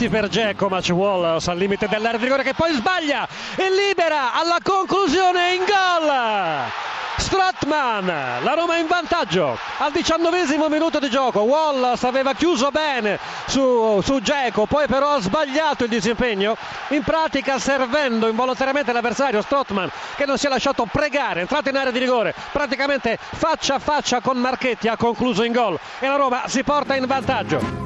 avanti per Giacomo Wallace al limite dell'area di rigore, che poi sbaglia e libera alla conclusione in gol Strootman. La Roma in vantaggio al 19° minuto di gioco. Wallace aveva chiuso bene su Dzeko, poi però ha sbagliato il disimpegno, in pratica servendo involontariamente l'avversario Strootman, che non si è lasciato pregare, è entrato in area di rigore praticamente faccia a faccia con Marchetti, ha concluso in gol e la Roma si porta in vantaggio.